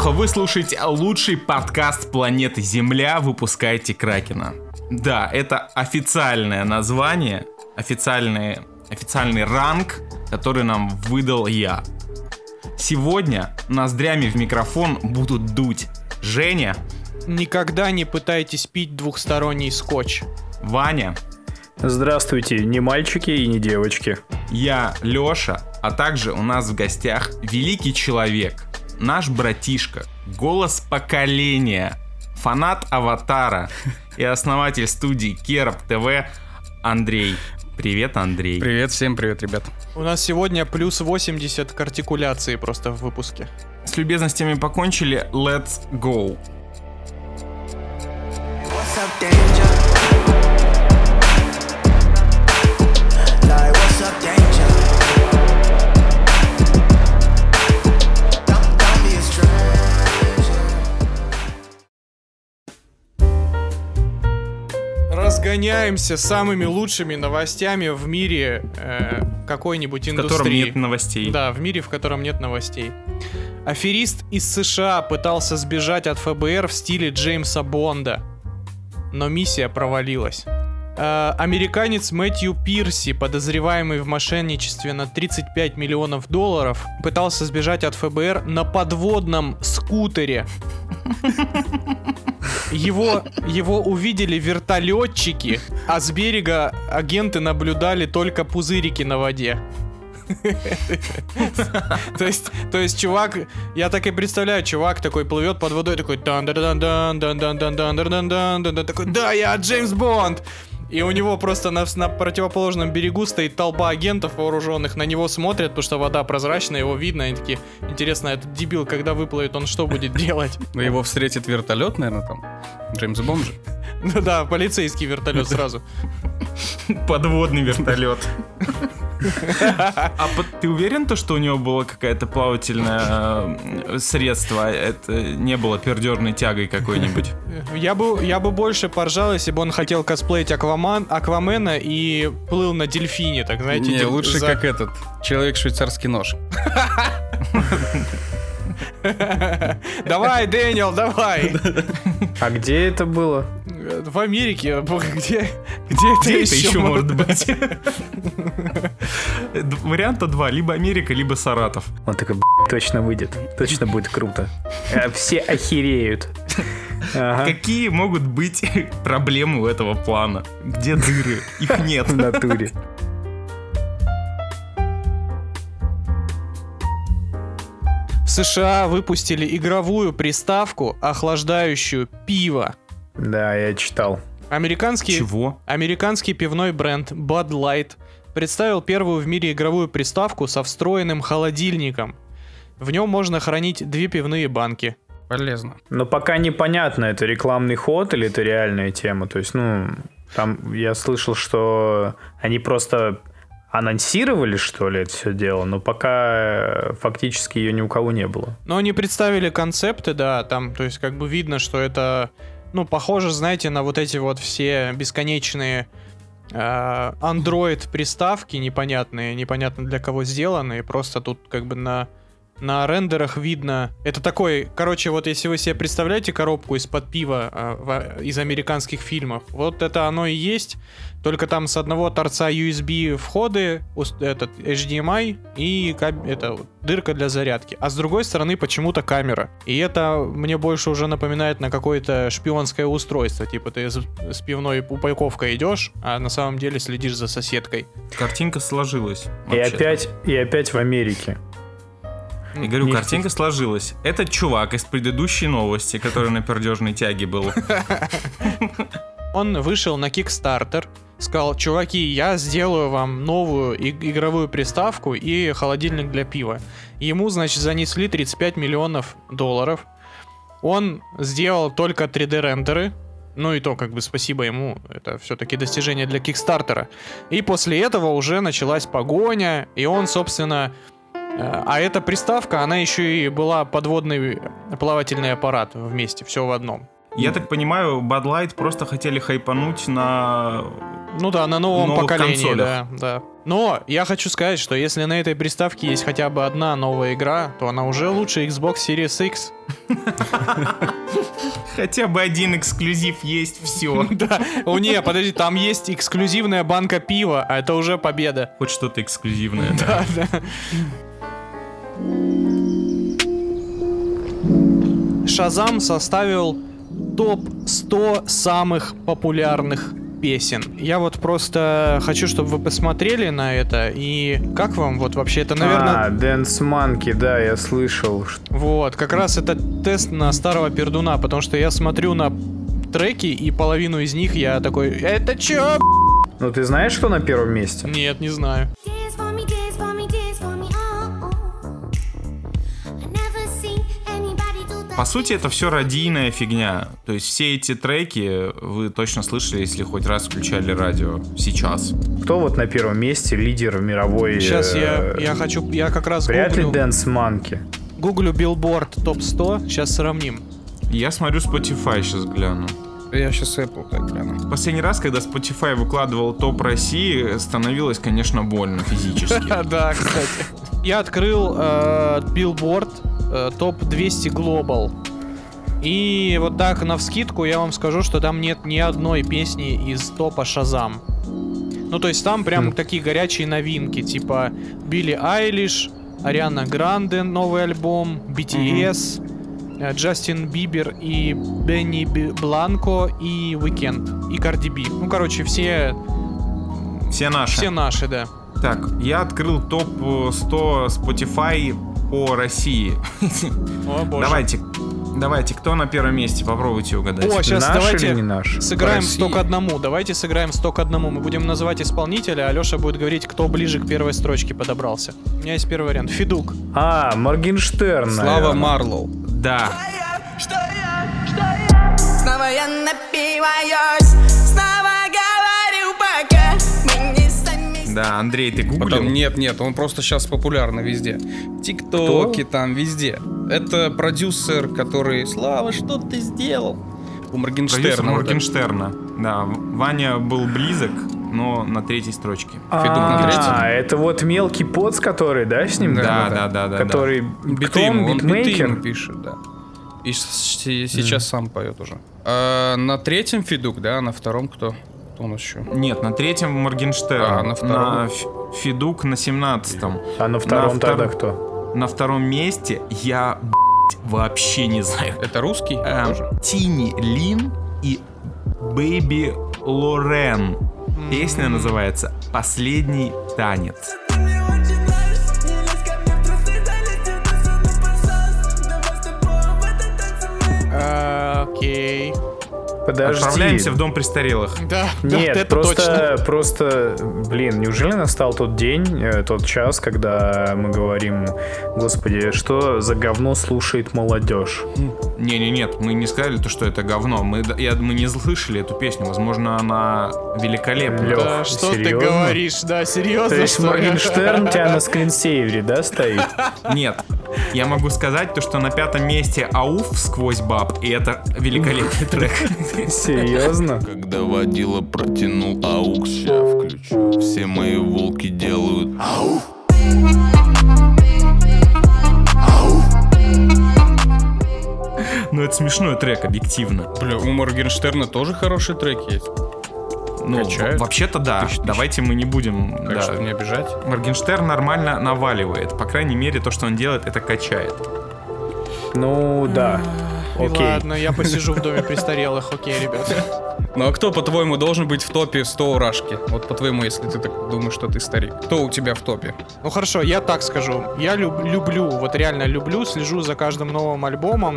Леха, вы слушаете лучший подкаст планеты Земля «Выпускайте Кракена». Да, это официальное название, официальный ранг, который нам выдал я. Сегодня ноздрями в микрофон будут дуть Женя. Никогда не пытайтесь пить двухсторонний скотч. Ваня. Здравствуйте, не мальчики и не девочки. Я, Леша, а также у нас в гостях великий человек, наш братишка, голос поколения, фанат Аватара и основатель студии Керап ТВ Андрей. Привет, Андрей. Привет, всем привет, ребят. У нас сегодня плюс 80 к артикуляции просто в выпуске. С любезностями покончили, let's go. What's up, danger? Like, what's up, danger? Don't be a stranger. Разгоняемся самыми лучшими новостями в мире какой-нибудь индустрии. В котором нет новостей. Да, в мире, в котором нет новостей. Аферист из США пытался сбежать от ФБР в стиле Джеймса Бонда, но миссия провалилась. Американец Мэтью Пирси, подозреваемый в мошенничестве на $35 миллионов, пытался сбежать от ФБР на подводном скутере. Его увидели вертолетчики, а с берега агенты наблюдали только пузырики на воде. То есть чувак, я так и представляю, чувак такой плывет под водой, такой такой, да, я Джеймс Бонд. И у него просто на противоположном берегу стоит толпа агентов вооруженных, на него смотрят, потому что вода прозрачная, его видно, они такие, интересно, этот дебил, когда выплывет, он что будет делать? Ну, его встретит вертолет, наверное, там. Джеймс Бонд же. Ну да, полицейский вертолет сразу. Подводный вертолет. А ты уверен, что у него было какое-то плавательное средство? Это не было пердерной тягой какой-нибудь? Я бы больше поржал, если бы он хотел косплеить Аквамена и плыл на дельфине, так знаете. Не, лучше как этот, человек-швейцарский нож. Давай, Дэниел, давай. А где это было? В Америке. Где это еще может быть? Варианта два. Либо Америка, либо Саратов. Он такой, точно выйдет. Точно будет круто. Все охереют. Ага. Какие могут быть проблемы у этого плана? Где дыры? Их нет. В натуре. В США выпустили игровую приставку, охлаждающую пиво. Да, я читал. Американский пивной бренд Bud Light представил первую в мире игровую приставку со встроенным холодильником. В нем можно хранить 2 пивные банки. Полезно. Но пока непонятно, это рекламный ход или это реальная тема. То есть, там я слышал, что они просто анонсировали, что ли, это все дело, но пока фактически ее ни у кого не было. Но они представили концепты, да, там, то есть как бы видно, что это, похоже, знаете, на вот эти вот все бесконечные Android-приставки непонятные, непонятно для кого сделанные, просто тут как бы на рендерах видно. Это такой, короче, вот если вы себе представляете коробку из-под пива из американских фильмов, вот это оно и есть, только там с одного торца USB входы, этот HDMI и дырка для зарядки, а с другой стороны почему-то камера. И это мне больше уже напоминает на какое-то шпионское устройство, типа ты с пивной упаковкой идешь, а на самом деле следишь за соседкой. Картинка сложилась. И опять в Америке. И говорю, картинка сложилась. Это чувак из предыдущей новости, который на пердежной тяге был. Он вышел на Kickstarter, сказал, чуваки, я сделаю вам новую игровую приставку и холодильник для пива. Ему, значит, занесли $35 миллионов. Он сделал только 3D-рендеры. И то, как бы, спасибо ему, это все-таки достижение для Кикстартера. И после этого уже началась погоня, и он, собственно... А эта приставка, она еще и была подводный плавательный аппарат вместе, все в одном. Я так понимаю, Bud Light просто хотели хайпануть на... на новом поколении, консолях. да. Но я хочу сказать, что если на этой приставке есть хотя бы одна новая игра, то она уже лучше Xbox Series X. Хотя бы один эксклюзив есть, все. Да. Не, подожди, там есть эксклюзивная банка пива, а это уже победа. Хоть что-то эксклюзивное. Да. Да. Shazam составил топ-100 самых популярных песен. Я вот просто хочу, чтобы вы посмотрели на это. И как вам вот вообще это, наверное... Dance Monkey, да, я слышал. Вот, как раз это тест на старого пердуна, потому что я смотрю на треки, и половину из них я такой: это чё? Ну ты знаешь, что на первом месте? Нет, не знаю. Dance for me, dance for me, dance for me, oh, oh. I never seen anybody do that. По сути, это все радийная фигня. То есть все эти треки вы точно слышали, если хоть раз включали радио сейчас. Кто вот на первом месте лидер мировой? Сейчас я как раз Вряд ли гуглю Dance Monkey. Billboard топ 100, сейчас сравним. Я смотрю Spotify, сейчас гляну. Я сейчас Apple так гляну. Последний раз, когда Spotify выкладывал топ России, становилось, конечно, больно физически. Да, кстати. Я открыл Billboard топ 200 Global. И вот так навскидку я вам скажу, что там нет ни одной песни из топа Shazam. Ну, то есть там прям такие горячие новинки, типа Билли Айлиш, Ариана Гранде, новый альбом, BTS, Джастин Бибер и Бенни Бланко и Weeknd и Cardi B. Ну, короче, все Все наши, да. Так, я открыл топ 100 Spotify по России. О, боже. Давайте, кто на первом месте? Попробуйте угадать. О, сейчас Наш давайте или не наш? сыграем России. 100 к 1. Давайте сыграем 100 к 1. Мы будем называть исполнителя, а Леша будет говорить, кто ближе к первой строчке подобрался. У меня есть первый вариант. Федук. Моргенштерн. Слава наверное. Марлоу. Да. Снова я напиваюсь, снова говорю пока. Мы не сами. Да, Андрей, ты гуглил? Потом нет, он просто сейчас популярный везде. В ТикТоке, там, везде. Это продюсер, который: Слава, что ты сделал? У Продюсер Моргенштерна. Моргенштерна. Да, Ваня был близок, но на третьей строчке. Федук на третьем. Это вот мелкий поц, который, да, с ним? Да, там? да. Который Биты ему, он биты битмейкер? ему пишет, да. И сейчас сам поет уже. А на третьем Федук, да, а на втором кто? Кто у нас еще? Нет, на третьем Моргенштерн. А, на втором? Федук на 17-м. А на втором тогда кто? На втором месте я, вообще не знаю. Это русский? Тоже? Тини Лин и Бэйби Лорен. Песня называется «Последний танец». Окей. Подожди. Отправляемся в дом престарелых. Да, Нет, это точно. просто, блин, неужели настал тот день, тот час, когда мы говорим: господи, что за говно слушает молодежь? Нет, мы не сказали то, что это говно. Мы не слышали эту песню. Возможно, она великолепна. Лёх, Да, что ты серьезно? говоришь? Да, серьезно. То есть что ли? Моргенштерн у тебя на скринсейвере, да, стоит? Нет. Я могу сказать то, что на 5-м месте «Ауф» сквозь баб, и это великолепный трек. Серьезно? Когда водила протянул аукс, ща включу. Все мои волки делают ауф. Ну, это смешной трек, объективно. Бля, у Моргенштерна тоже хороший трек есть. Ну, Качает. вообще-то да. Тысяч. Давайте мы не будем... Так да. что не обижать. Моргенштерн нормально наваливает. По крайней мере, то, что он делает, это качает. Ну, да. И Окей. ладно, я посижу в доме престарелых. Окей, ребята. Ну а кто, по-твоему, должен быть в топе 100 урашки? Вот по-твоему, если ты так думаешь, что ты старик. Кто у тебя в топе? Ну хорошо, я так скажу. Я люблю, вот реально люблю, слежу за каждым новым альбомом.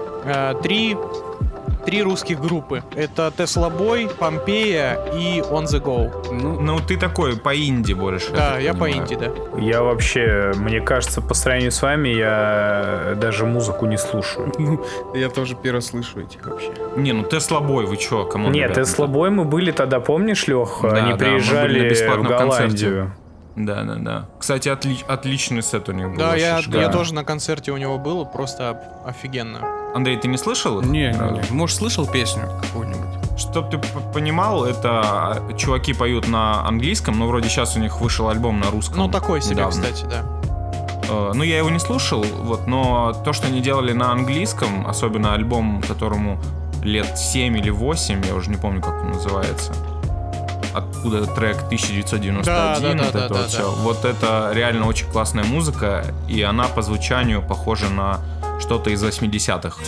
Три русских группы. Это Tesla Boy, Помпея и On The Go. Ну, ты такой по инди больше. Да, так я по понимаю. инди, да. Я вообще, мне кажется, по сравнению с вами, я даже музыку не слушаю. Я тоже первый слышу этих вообще. Не, ну Tesla Boy, вы чё, кому? Нет, Tesla Boy мы были тогда, помнишь, Лех? Да, Они да, мы были на приезжали в бесплатном Голландию. Да. Кстати, отличный сет у них был. Да, вообще я шикарный. тоже на концерте у него был, просто офигенно. Андрей, ты не слышал их? Не. Может, слышал песню какую-нибудь? Чтоб ты понимал, это чуваки поют на английском, но вроде сейчас у них вышел альбом на русском. Ну, такой себе, недавно. кстати, да. Ну, я его не слушал, вот, но то, что они делали на английском, особенно альбом, которому лет 7 или 8, я уже не помню, как он называется, откуда трек 1991, Да, вот это да. все. Вот это реально очень классная музыка, и она по звучанию похожа на что-то из 80-х.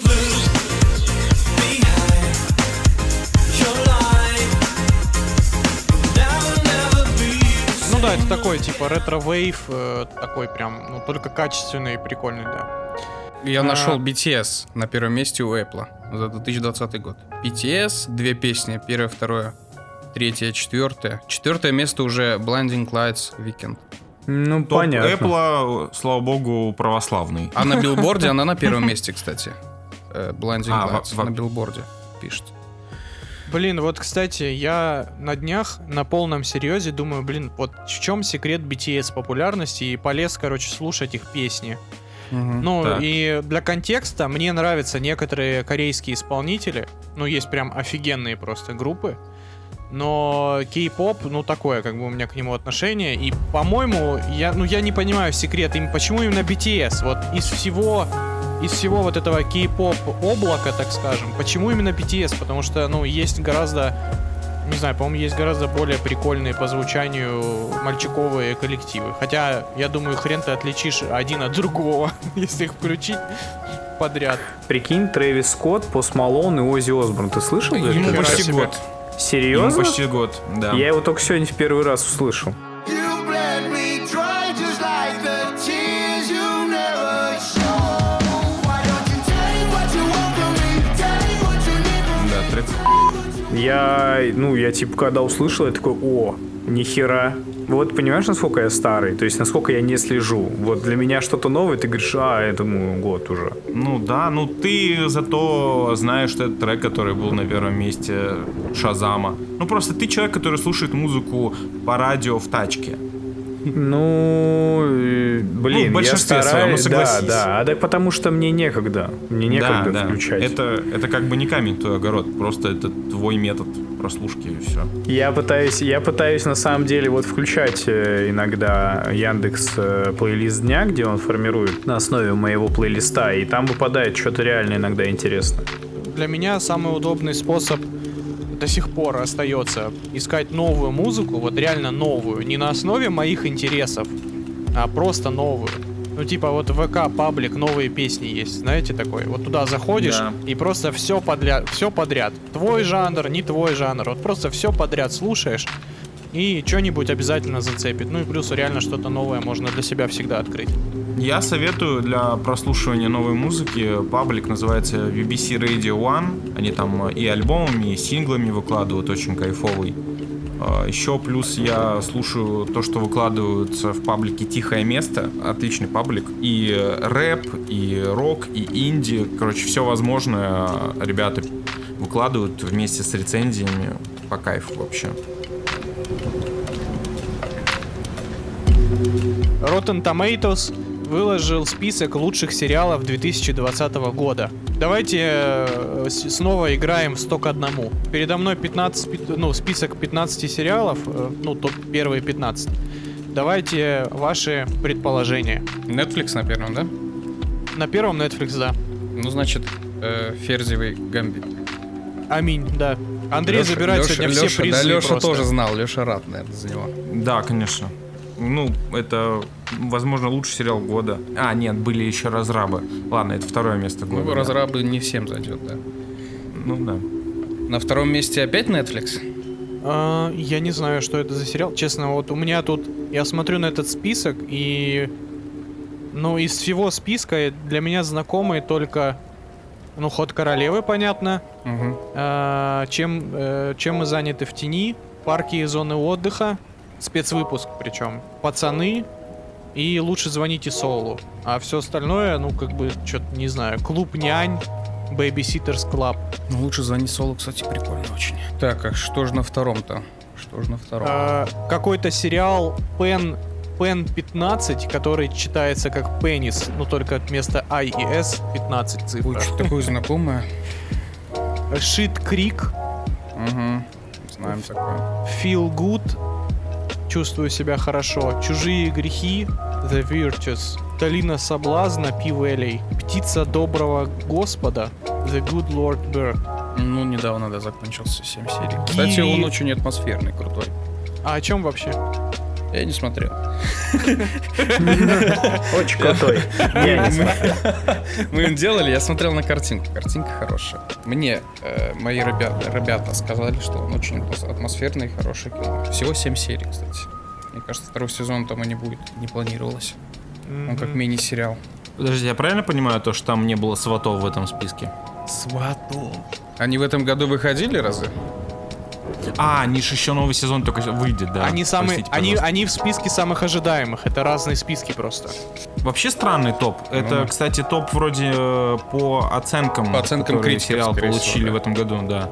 Ну да, это такой, типа, ретро-вейв, такой прям, ну, только качественный и прикольный, да. Я нашел BTS на первом месте у Apple за 2020 год. BTS, 2 песни, первая, вторая, третья, четвертая. Четвертое место уже Blinding Lights Weekend. Ну, Топ понятно. Apple, слава богу, православный. А на билборде она на первом месте, кстати. Blinding А, Lights на билборде пишет. Блин, вот, кстати, я на днях на полном серьезе думаю, блин, вот в чем секрет BTS популярности, и полез, короче, слушать их песни. Ну, Так. и для контекста мне нравятся некоторые корейские исполнители, ну, есть прям офигенные просто группы, но кей-поп, ну, такое, как бы у меня к нему отношение, и, по-моему, я не понимаю секрет, почему именно BTS, вот из всего вот этого кей-поп облака, так скажем, почему именно BTS, потому что, ну, есть гораздо, не знаю, по-моему, есть гораздо более прикольные по звучанию мальчиковые коллективы. Хотя, я думаю, хрен ты отличишь один от другого, если их включить подряд. Прикинь, Трэвис Скотт, Пост Малон и Оззи Осборн. Ты слышал? за Ему это? почти себе. год. Ему Серьезно? почти год, да. Я его только сегодня в первый раз услышал. You bled me dry just like the tears you never show. Why don't you take what you want from me? Take what you need from me. Да, трек. Я типа, когда услышал, я такой, о, нихера. Вот понимаешь, насколько я старый? То есть, насколько я не слежу. Вот для меня что-то новое, ты говоришь, этому год уже. Ну да, ну ты зато знаешь, что это трек, который был на первом месте Шазама. Ну просто ты человек, который слушает музыку по радио в тачке. Блин, в большинстве я своем, стараюсь, ну, согласись. да, потому что мне некогда. Мне некогда Да. включать. Это как бы не камень в твой огород, просто это твой метод прослушки и все. Я пытаюсь на самом деле вот включать иногда Яндекс плейлист дня, где он формирует на основе моего плейлиста, и там выпадает что-то реально иногда интересно. Для меня самый удобный способ до сих пор остается искать новую музыку, вот реально новую, не на основе моих интересов, а просто новую. Ну, типа вот в ВК паблик новые песни есть, знаете такой? Вот туда заходишь Да. и просто все подряд. Твой жанр, не твой жанр. Вот просто все подряд слушаешь и что-нибудь обязательно зацепит. Ну и плюс реально что-то новое можно для себя всегда открыть. Я советую для прослушивания новой музыки паблик, называется BBC Radio One. Они там и альбомами, и синглами выкладывают, очень кайфовый. Еще плюс я слушаю то, что выкладываются в паблике «Тихое место». Отличный паблик. И рэп, и рок, и инди. Короче, все возможное ребята выкладывают вместе с рецензиями. По кайфу вообще. Rotten Tomatoes выложил список лучших сериалов 2020 года. Давайте снова играем в 100 к 1. Передо мной список 15 сериалов, топ первые 15. Давайте ваши предположения. Netflix на первом, да? На первом Netflix, да. Ну, значит, Ферзевый Гамбит. Аминь, да. Андрей забирает сегодня все призы. Да, Леша просто. тоже знал, Леша рад, наверное, за него. Да, конечно. Ну, это, возможно, лучший сериал года. Нет, были еще «Разрабы». Ладно, это второе место года. Ну, да. «Разрабы» не всем зайдет, да. Ну, да. На втором месте опять Netflix? Я не знаю, что это за сериал. Честно, вот у меня тут... Я смотрю на этот список, и... Ну, из всего списка для меня знакомые только... Ну, «Ход королевы», понятно. Угу. Чем мы заняты в тени. «Парки и зоны отдыха». Спецвыпуск причем. «Пацаны» и «Лучше звоните Солу». А все остальное, что-то не знаю. «Клуб нянь», «Babysitter's Club». Ну, «Лучше звонить Солу», кстати, прикольно очень. Так, а что же на втором-то? Какой-то сериал Pen 15, который читается как пенис, но только вместо I и S 15 цифр. Ой, что такое знакомое? Шит Крик, Угу. Знаем такое. Feel Good, чувствую себя хорошо. Чужие грехи, The Virtues. Долина соблазна, P-Valley. Птица доброго Господа, The Good Lord Bird. Ну, недавно, да, закончился 7 серий. Кстати, он очень атмосферный, крутой. А о чем вообще? Я не смотрел. Очень крутой. Я не смотрел. Мы им делали, я смотрел на картинку. Картинка хорошая. Мне мои ребята сказали, что он очень атмосферный, хороший кино. Всего 7 серий, кстати. Мне кажется, второй сезон там и не будет, не планировалось. Он как мини-сериал. Подожди, я правильно понимаю то, что там не было сватов в этом списке? Сватов. Они в этом году выходили разве? Они же еще новый сезон только выйдет, да. Они в списке самых ожидаемых. Это разные списки просто. Вообще странный топ. Это, кстати, топ вроде по оценкам, по оценкам которые критиков, сериал скорее получили всего, в этом году, да.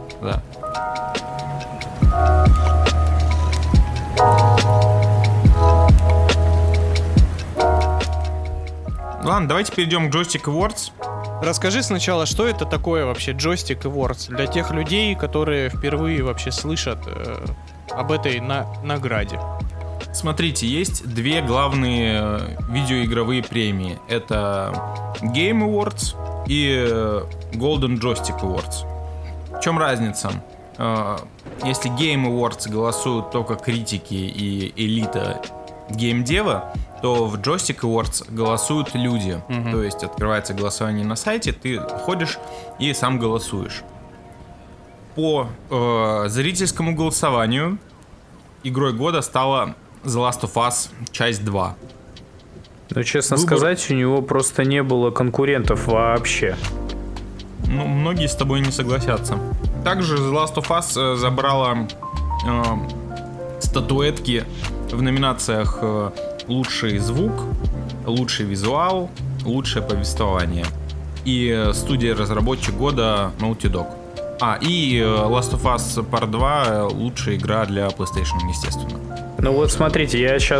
Ладно, давайте перейдем к Joystick Awards. Расскажи сначала, что это такое вообще Joystick Awards для тех людей, которые впервые вообще слышат об этой награде. Смотрите, есть две главные видеоигровые премии. Это Game Awards и Golden Joystick Awards. В чем разница? Если Game Awards голосуют только критики и элита геймдева, то в Joystick Awards голосуют люди. То есть открывается голосование на сайте, ты ходишь и сам голосуешь. По зрительскому голосованию игрой года стала The Last of Us часть 2. Ну, честно сказать, у него просто не было конкурентов вообще. Ну, многие с тобой не согласятся. Также The Last of Us забрала статуэтки в номинациях лучший звук, лучший визуал, лучшее повествование. И студия-разработчик года Naughty Dog. И Last of Us Part 2 лучшая игра для PlayStation, естественно. Ну вот смотрите,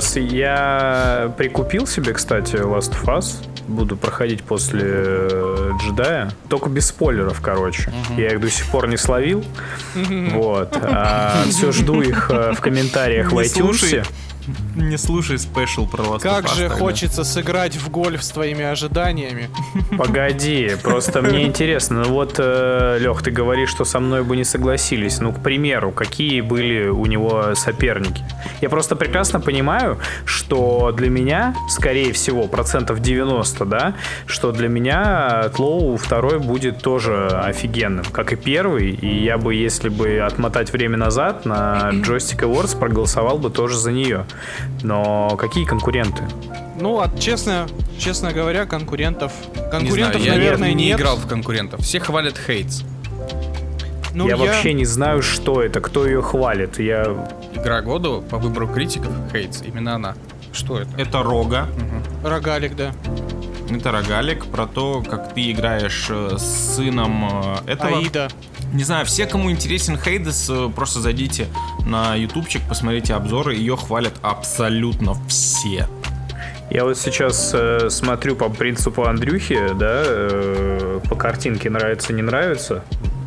я прикупил себе, кстати, Last of Us. Буду проходить после джедая. Только без спойлеров, короче. Я их до сих пор не словил. Вот. Все жду их в комментариях в iTunes. Не слушай спешл про Last of Us. Как же тогда. хочется сыграть в гольф с твоими ожиданиями. Погоди, просто мне интересно. Ну вот, Лех, ты говоришь, что со мной бы не согласились. Ну, к примеру, какие были у него соперники? Я просто прекрасно понимаю, что для меня, скорее всего, 90%, да, что для меня Тлоу второй будет тоже офигенным, как и первый. И я бы, если бы отмотать время назад, на Joystick Awards проголосовал бы тоже за нее. Но какие конкуренты? Ну, честно говоря, конкурентов, Не знаю, наверное, я не нет. играл в конкурентов. Все хвалят Хейтс. Ну, Я вообще не знаю, что это, кто ее хвалит. Игра года по выбору критиков Хейтс. Именно она. Что это? Это Рога. Рогалик, да. Это рогалик про то, как ты играешь с сыном этого. Аида. Не знаю, все, кому интересен Хейдес, просто зайдите на ютубчик, посмотрите обзоры, ее хвалят абсолютно все. Я вот сейчас смотрю по принципу Андрюхи, да, по картинке нравится, не нравится.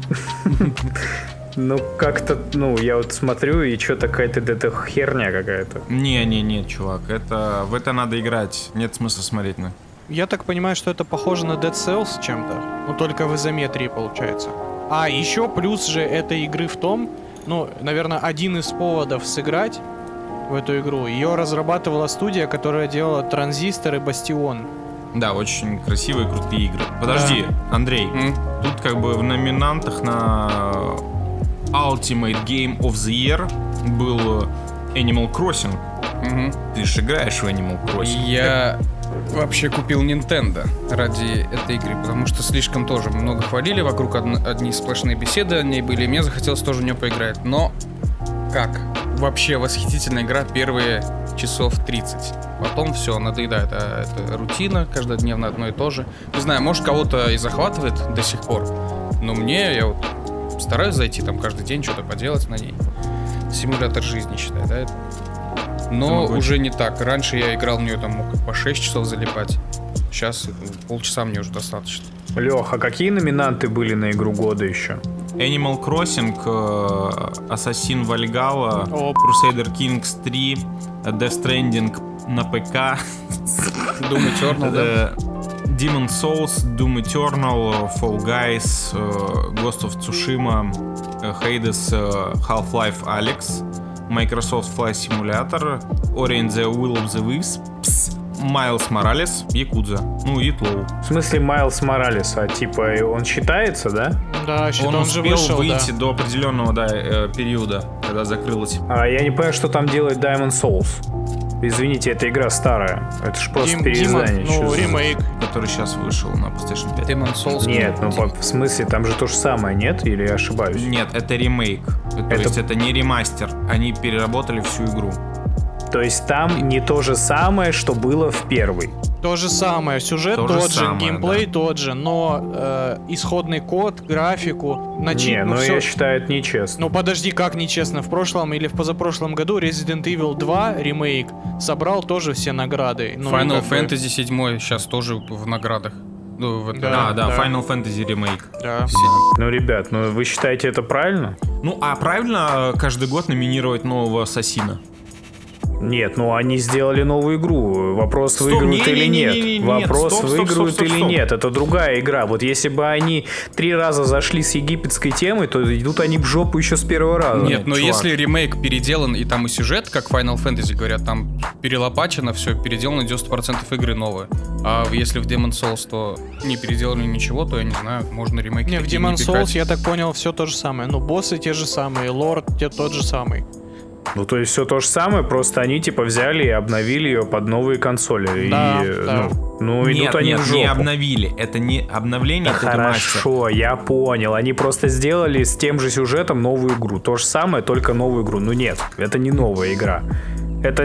Ну, как-то, я вот смотрю, и что-то какая-то херня какая-то. Не, чувак, в это надо играть, нет смысла смотреть на. Я так понимаю, что это похоже на Dead Cells чем-то, но только в изометрии получается. Еще плюс же этой игры в том, наверное, один из поводов сыграть в эту игру. Ее разрабатывала студия, которая делала Транзистор и Бастион. Да, очень красивые, крутые игры. Подожди, Андрей, тут как бы в номинантах на Ultimate Game of the Year был Animal Crossing. Ты же играешь в Animal Crossing. Я вообще купил Nintendo ради этой игры, потому что слишком тоже много хвалили, вокруг одни сплошные беседы о ней были, и мне захотелось тоже в нее поиграть. Но как? Вообще восхитительная игра первые часов 30. Потом все, надоедает. Это рутина, каждодневно одно и то же. Не знаю, может кого-то и захватывает до сих пор, но я вот стараюсь зайти там каждый день, что-то поделать на ней. Симулятор жизни, считай, да? Но уже не так. Раньше я играл в нее там мог по 6 часов залипать. Сейчас полчаса мне уже достаточно. Лех, а какие номинанты были на игру года еще? Animal Crossing, Assassin Valhalla, О. Crusader Kings 3, Death Stranding на ПК, Doom Eternal, да? Demon's Souls, Doom Eternal, Fall Guys, Ghost of Tsushima, Hades, Half-Life Alyx, Microsoft Flight Simulator, Ori and the Will of the Wisps, Майлз Моралес, Якудза, ну и Тлоу. В смысле Майлз Моралес, а типа он считается, да? Да, Он он же успел вышел, выйти да. до определенного периода, когда закрылось. А я не понимаю, что там делает Diamond Souls. Извините, эта игра старая. Это ж просто переиздание. Demon, Чё ну, за- ремейк. Который сейчас вышел на PlayStation 5. Demon Souls. Нет, ну в смысле, там же то же самое, нет? Или я ошибаюсь? Нет, это ремейк. То есть это не ремастер. Они переработали всю игру. То есть там не то же самое, что было в первой. То же самое, сюжет То же тот же, самое, геймплей тот же, но исходный код, графику, Не, ну всё- я считаю, это нечестно. Ну подожди, как нечестно, в прошлом или в позапрошлом году Resident Evil 2 ремейк собрал тоже все награды. Ну, Final как бы- Fantasy 7 сейчас тоже в наградах. Ну, в этом- Да, Да. Final Fantasy ремейк. Да. Ну, ребят, ну вы считаете это правильно? Ну, а правильно каждый год номинировать нового Ассасина? Нет, ну они сделали новую игру. Вопрос, Стоп, выиграют или не-не-не-не-не, нет. нет, Вопрос, стоп, выиграют стоп, или стоп. нет. Это другая игра. Вот если бы они 3 раза зашли с египетской темой, то идут они в жопу еще с первого раза. Нет, но чувак. если ремейк переделан, и там и сюжет, как Final Fantasy, говорят, там перелопачено все, переделано 90% игры новые. А если в Demon Souls, то не переделали ничего, то я не знаю, можно ремейки Не, в такие Demon пихать. Souls, я так понял, все то же самое. Ну, боссы те же самые, лорд тот же самый. Ну, то есть все то же самое, просто они типа взяли и обновили ее под новые консоли. Да, и, да. ну, идут Нет, они нет, в жопу. не обновили. Это не обновление, это ремастер. Хорошо, я понял. Они просто сделали с тем же сюжетом новую игру. То же самое, только новую игру. Ну нет, это не новая игра. Это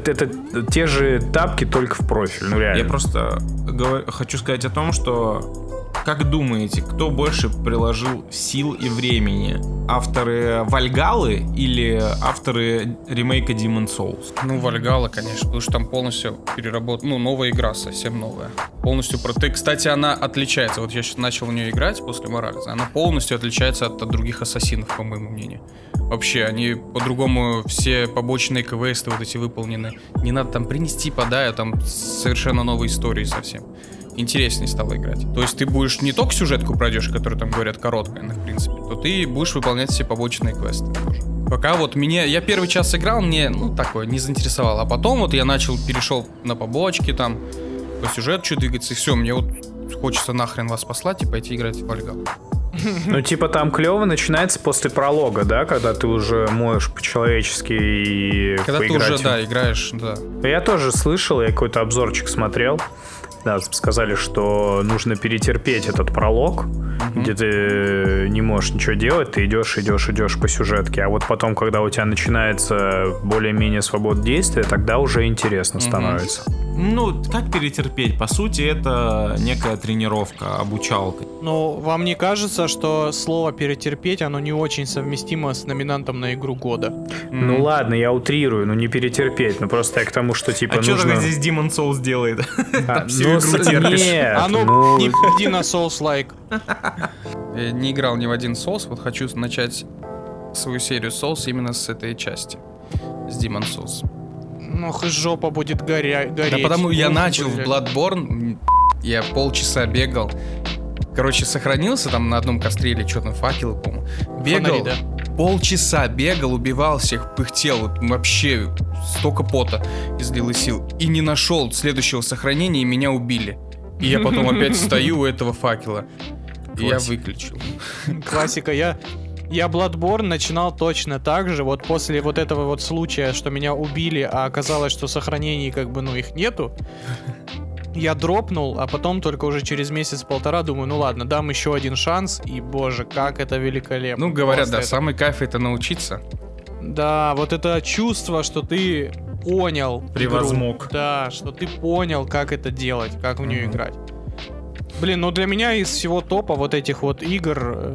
те же тапки, только в профиль. Ну реально. Я просто хочу сказать о том, что как думаете, кто больше приложил сил и времени? Авторы Вальгаллы или авторы ремейка Demon Souls? Ну, Вальгалла, конечно, потому что там полностью переработана, ну, новая игра, совсем новая. Полностью Кстати, она отличается, вот я сейчас начал в нее играть после Моралеса, она полностью отличается от других ассасинов, по моему мнению. Вообще, они по-другому, все побочные квесты вот эти выполнены. Не надо там принести подай, там совершенно новые истории совсем. Интереснее стало играть. То есть ты будешь не только сюжетку пройдешь, которая там говорят короткая, в принципе, то ты будешь выполнять все побочные квесты тоже. Пока вот я первый час играл, мне, ну, такое, не заинтересовало. А потом вот я перешел на побочки там, по сюжету что двигаться, и все, мне вот хочется нахрен вас послать и пойти играть в Вальгаллу. Ну, типа, там клево начинается после пролога, да, когда ты уже можешь по-человечески и Когда поиграть. ты уже, да, играешь, да. Я тоже слышал, я какой-то обзорчик смотрел. Да, сказали, что нужно перетерпеть этот пролог, где ты не можешь ничего делать, ты идешь по сюжетке, а вот потом, когда у тебя начинается более-менее свобода действия, тогда уже интересно становится. Ну, как перетерпеть? По сути, это некая тренировка, обучалка. Ну, вам не кажется, что слово «перетерпеть», оно не очень совместимо с номинантом на игру года? Ну ладно, я утрирую, ну не перетерпеть, ну просто я к тому, что типа А что нужно... здесь Demon Souls делает? А, Всю ну, игру терпишь. нет, А ну, ну, не иди на Souls-like. Я не играл ни в один Souls, вот хочу начать свою серию Souls именно с этой части, с Demon Souls. Ну, хоть жопа будет гореть. Да потому я Ух, начал в блядь. Bloodborne, я полчаса бегал. Короче, сохранился там на одном костре или что там, факелы, по-моему. Бегал, Фонари, да. полчаса бегал, убивал всех, пыхтел, вот вообще столько пота излил и сил. И не нашел следующего сохранения, и меня убили. И я потом опять стою у этого факела. И я выключил. Классика. Я Bloodborne начинал точно так же. Вот после вот этого вот случая, что меня убили, а оказалось, что сохранений как бы, ну, их нету. Я дропнул, а потом только уже через месяц-полтора думаю, ну ладно, дам еще один шанс, и боже, как это великолепно. Ну, говорят, Просто да, это- самый кайф это научиться. Да, вот это чувство, что ты понял Превозмог. игру. Да, что ты понял, как это делать, как в нее играть. Блин, ну для меня из всего топа вот этих вот игр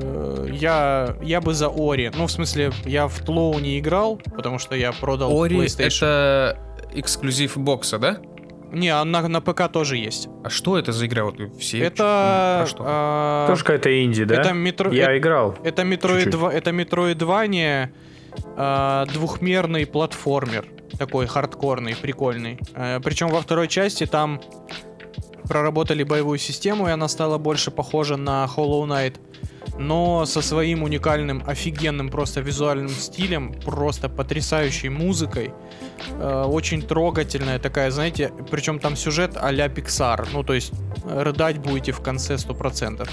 я бы за Ори. Ну, в смысле, я в Тлоу не играл, потому что я продал Ори PlayStation. это эксклюзив бокса, да? Не, на ПК тоже есть. А что это за игра? Вот все Это... про что? Тоже какая-то инди, да? Это Я играл. Это Чуть-чуть. Metroidvania, двухмерный платформер. Такой хардкорный, прикольный. Причем во второй части там проработали боевую систему, и она стала больше похожа на Hollow Knight. Но со своим уникальным, офигенным просто визуальным стилем, просто потрясающей музыкой. Очень трогательная такая, знаете, причем там сюжет а-ля Pixar. Ну, то есть рыдать будете в конце 100%.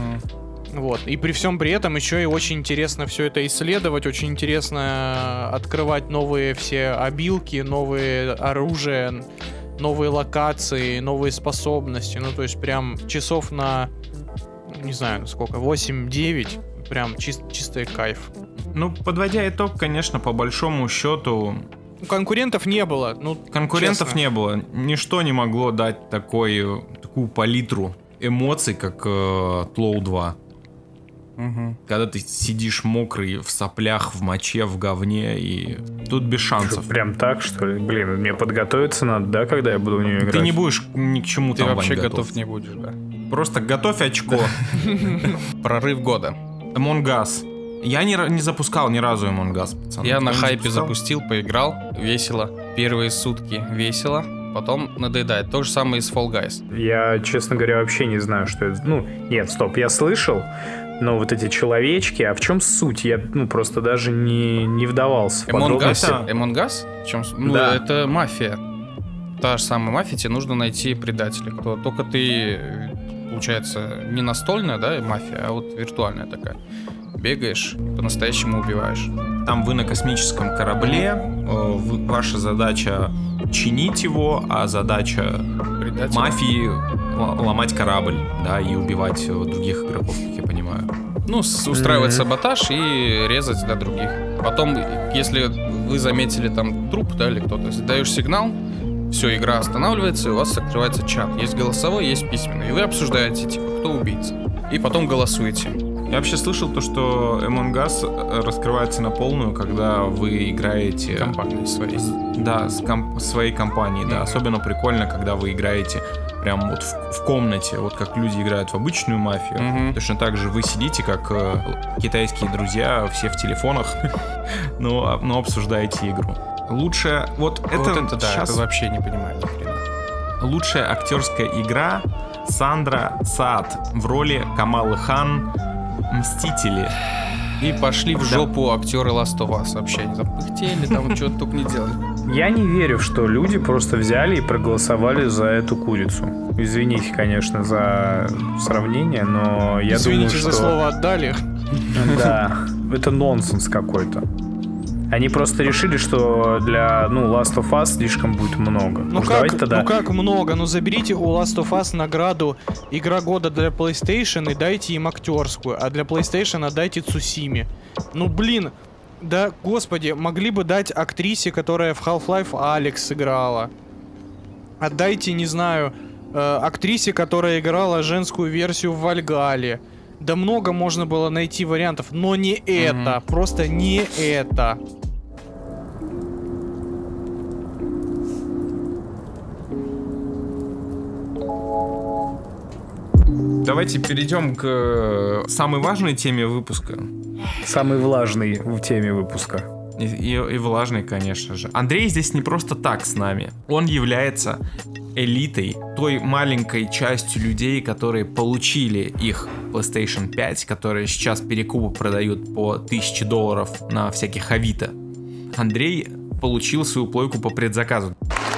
Вот. И при всем при этом еще и очень интересно все это исследовать, очень интересно открывать новые все обилки, новые оружия, новые локации, новые способности. Ну, то есть прям часов на, не знаю, сколько, 8-9, прям чистый кайф. Ну, подводя итог, конечно, по большому счету... Конкурентов не было. Ну, Конкурентов честно. не было. Ничто не могло дать такую палитру эмоций, как Тлоу 2. Когда ты сидишь мокрый в соплях, в моче, в говне, и тут без шансов. Прям так, что ли? Блин, мне подготовиться надо, да, когда я буду в нее играть? Ты не будешь ни к чему Ты там, вообще Вань, готов не будешь, да. Просто готовь очко. Прорыв года. Among Us. Я не запускал ни разу Among Us, пацаны. Я на Ты хайпе запускал? запустил, поиграл, весело. Первые сутки весело, потом надоедает. То же самое и с Fall Guys. Я, честно говоря, вообще не знаю, что это. Ну, нет, стоп, я слышал, но вот эти человечки, а в чем суть? Я, просто даже не вдавался в подробности. Among Us? В чем? Ну, Да. это мафия. Та же самая мафия, тебе нужно найти предателя. Только ты, получается, не настольная, да, мафия, а вот виртуальная такая. Бегаешь, по-настоящему убиваешь. Там вы на космическом корабле, ваша задача чинить его, а задача Предатель. мафии ломать корабль, да, и убивать других игроков, как я понимаю. Ну, устраивать саботаж и резать, да, других. Потом, если вы заметили там труп, да, или кто-то, если даешь сигнал, все, игра останавливается, и у вас открывается чат. Есть голосовой, есть письменный. И вы обсуждаете, типа, кто убийца. И потом голосуете. Я вообще слышал то, что Among Us раскрывается на полную, когда вы играете... Компании своей. Да, своей компанией, да. Особенно прикольно, когда вы играете прям вот в комнате, вот как люди играют в обычную мафию. Точно так же вы сидите, как китайские друзья, все в телефонах, но обсуждаете игру. Лучшая... Вот это да, сейчас... это вообще не понимаю ни хрена. Лучшая актерская игра Сандра Саад в роли Камалы Хан «Мстители». И пошли в жопу актеры Last of Us вообще. Они там пыхтели, там что-то только не делали. Я не верю, что люди просто взяли и проголосовали за эту курицу. Извините, конечно, за сравнение, но я Извините думаю, за что... слово отдали. Да, это нонсенс какой-то. Они просто решили, что для, Last of Us слишком будет много. Ну Уж давайте как, тогда... ну как много? Ну заберите у Last of Us награду Игра года для PlayStation и дайте им актерскую, а для PlayStation отдайте Цусиме. Ну блин, да господи, могли бы дать актрисе, которая в Half-Life Алекс играла. Отдайте, не знаю, актрисе, которая играла женскую версию в Вальгале. Да много можно было найти вариантов, но не это, просто не это. Давайте перейдем к самой важной теме выпуска. Самый влажный в теме выпуска. И влажный, конечно же. Андрей здесь не просто так с нами. Он является элитой, той маленькой частью людей, которые получили их PlayStation 5, которые сейчас перекупы продают по $1000 на всяких Авито. Андрей получил свою плойку по предзаказу.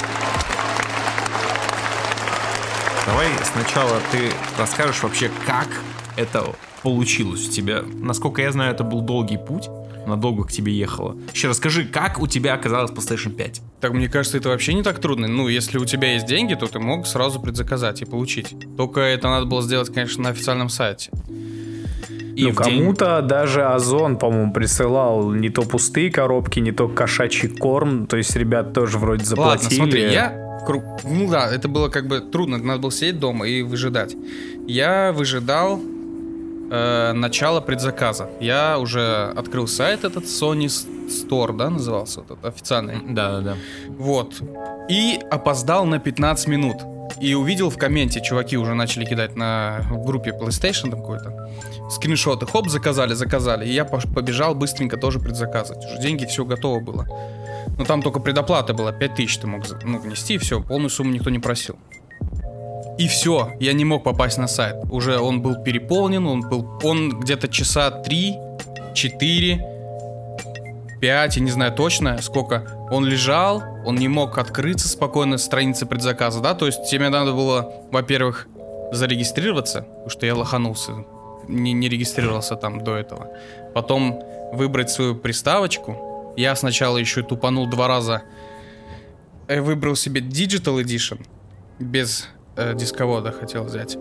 Давай сначала ты расскажешь вообще, как это получилось у тебя. Насколько я знаю, это был долгий путь. Надолго к тебе ехала. Еще расскажи, как у тебя оказалась PlayStation 5? Так, мне кажется, это вообще не так трудно. Ну, если у тебя есть деньги, то ты мог сразу предзаказать и получить. Только это надо было сделать, конечно, на официальном сайте. И в день- кому-то даже Озон, по-моему, присылал не то пустые коробки, не то кошачий корм. То есть ребят тоже вроде заплатили. Ладно, смотри, ну да, это было как бы трудно. Надо было сидеть дома и выжидать. Я выжидал начало предзаказа. Я уже открыл сайт этот Sony Store, да, назывался вот этот официальный. Да. Вот. И опоздал на 15 минут. И увидел в комменте, чуваки уже начали кидать в группе PlayStation там какой-то скриншоты. Хоп, заказали. И я побежал быстренько тоже предзаказывать. Уже деньги, все готово было. Но там только предоплата была, 5000 ты мог внести, и все, полную сумму никто не просил. И все, я не мог попасть на сайт. Уже он был переполнен, он где-то часа 3, 4, 5, я не знаю точно, сколько. Он лежал, он не мог открыться спокойно с страницы предзаказа, да, то есть тебе надо было, во-первых, зарегистрироваться, потому что я лоханулся, не регистрировался там до этого. Потом выбрать свою приставочку. Я сначала еще тупанул 2 раза. Выбрал себе Digital Edition, без дисковода хотел взять.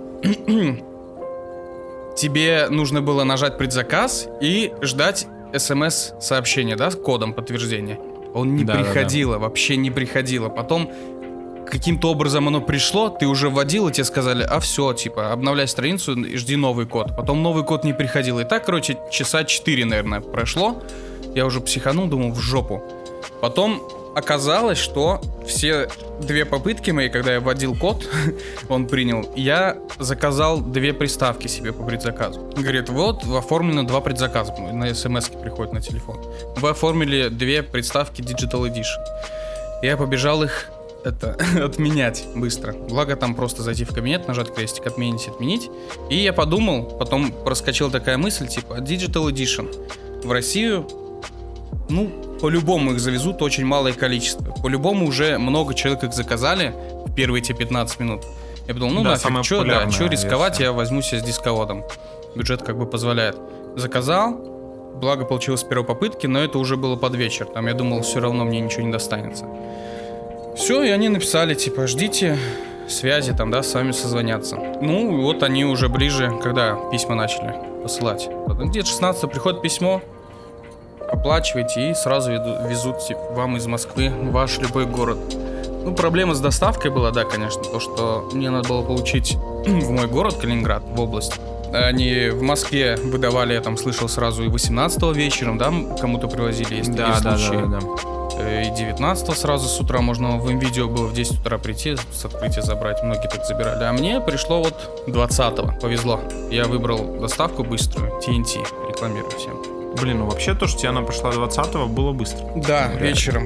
Тебе нужно было нажать предзаказ и ждать смс-сообщение, да, с кодом подтверждения. Он не приходило, вообще не приходило. Потом каким-то образом оно пришло, ты уже вводил, и тебе сказали, все, типа, обновляй страницу и жди новый код. Потом новый код не приходил. И так, короче, часа 4, наверное, прошло. Я уже психанул, думал, в жопу. Потом оказалось, что все 2 попытки мои, когда я вводил код, он принял, я заказал 2 приставки себе по предзаказу. Говорит, вот, оформлено 2 предзаказа. На смс-ки приходит на телефон. Вы оформили 2 приставки Digital Edition. Я побежал их отменять быстро. Благо там просто зайти в кабинет, нажать крестик, отменить. И я подумал, потом проскочила такая мысль, типа, Digital Edition в Россию, по-любому их завезут очень малое количество. По-любому уже много человек их заказали в первые эти 15 минут. Я подумал, нафиг, что рисковать, я возьму себе с дисководом. Бюджет как бы позволяет. Заказал, благо получилось с первой попытки, но это уже было под вечер. Там я думал, все равно мне ничего не достанется. Все, и они написали, типа, ждите связи, там, да, с вами созвонятся. Вот они уже ближе, когда письма начали посылать. Где-то 16-го приходит письмо, оплачивайте, и сразу везут вам из Москвы в ваш любой город. Проблема с доставкой была, да, конечно, то, что мне надо было получить в мой город, Калининград, в область. Они в Москве выдавали, я там слышал, сразу и 18-го вечером, да, кому-то привозили, есть такие случаи. И 19-го сразу с утра можно в видео было в 10 утра прийти, с открытия забрать, многие так забирали. А мне пришло вот 20-го, повезло. Я выбрал доставку быструю, TNT, рекламирую всем. Вообще то, что тебе она пришла 20-го, было быстро. Да, вечером.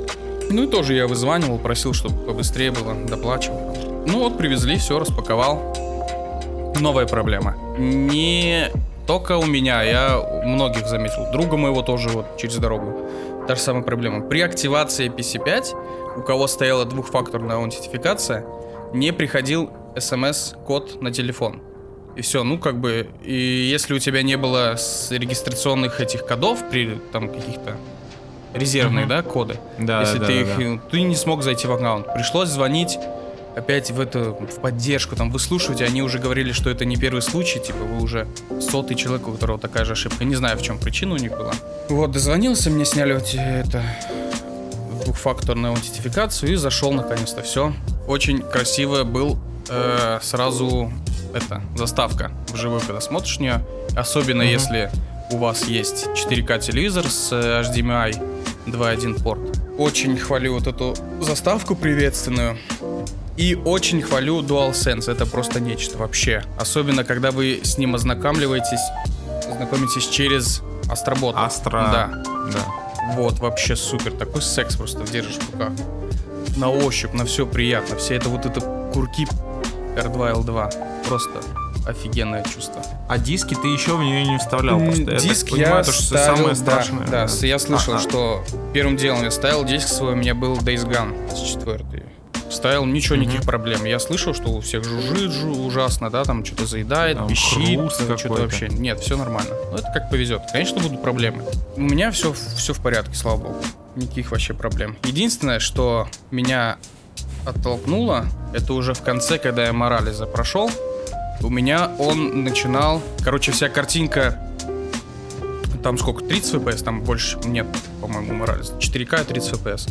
И тоже я вызванивал, просил, чтобы побыстрее было, доплачивал. Привезли, все, распаковал. Новая проблема. Не только у меня, я у многих заметил. Друга моего тоже через дорогу. Та же самая проблема. При активации PC5, у кого стояла 2-факторная аутентификация, не приходил смс-код на телефон. И все, и если у тебя не было регистрационных этих кодов, при там каких-то резервных, да, коды, если ты не смог зайти в аккаунт, пришлось звонить опять в поддержку, там выслушивать, и они уже говорили, что это не первый случай, типа вы уже 100-й человек, у которого такая же ошибка. Не знаю, в чем причина у них была. Дозвонился, мне сняли двухфакторную аутентификацию и зашел наконец-то. Все. Очень красиво был сразу заставка вживую, когда смотришь нее. Особенно если у вас есть 4К телевизор с HDMI 2.1 порт. Очень хвалю эту заставку приветственную. И очень хвалю DualSense. Это просто нечто вообще. Особенно, когда вы с ним знакомитесь через Astrobot. Да. Вот, вообще супер. Такой секс просто держишь в руках. На ощупь, на все приятно. Все это курки R2, L2. Просто офигенное чувство. А диски ты еще в нее не вставлял? Диск я ставил, самое страшное. Да, я слышал, что первым делом я ставил диск свой, у меня был Days Gone с 4-й. Ставил, никаких проблем. Я слышал, что у всех жужжит ужасно, да, там что-то заедает, там пищит, что-то вообще. Нет, все нормально. Это как повезет. Конечно, будут проблемы. У меня все в порядке, слава богу. Никаких вообще проблем. Единственное, что меня оттолкнуло, это уже в конце, когда я Морализа прошел. У меня он начинал... вся картинка... Там сколько? 30 FPS? Там больше нет, по-моему, Морализа. 4К и 30 FPS.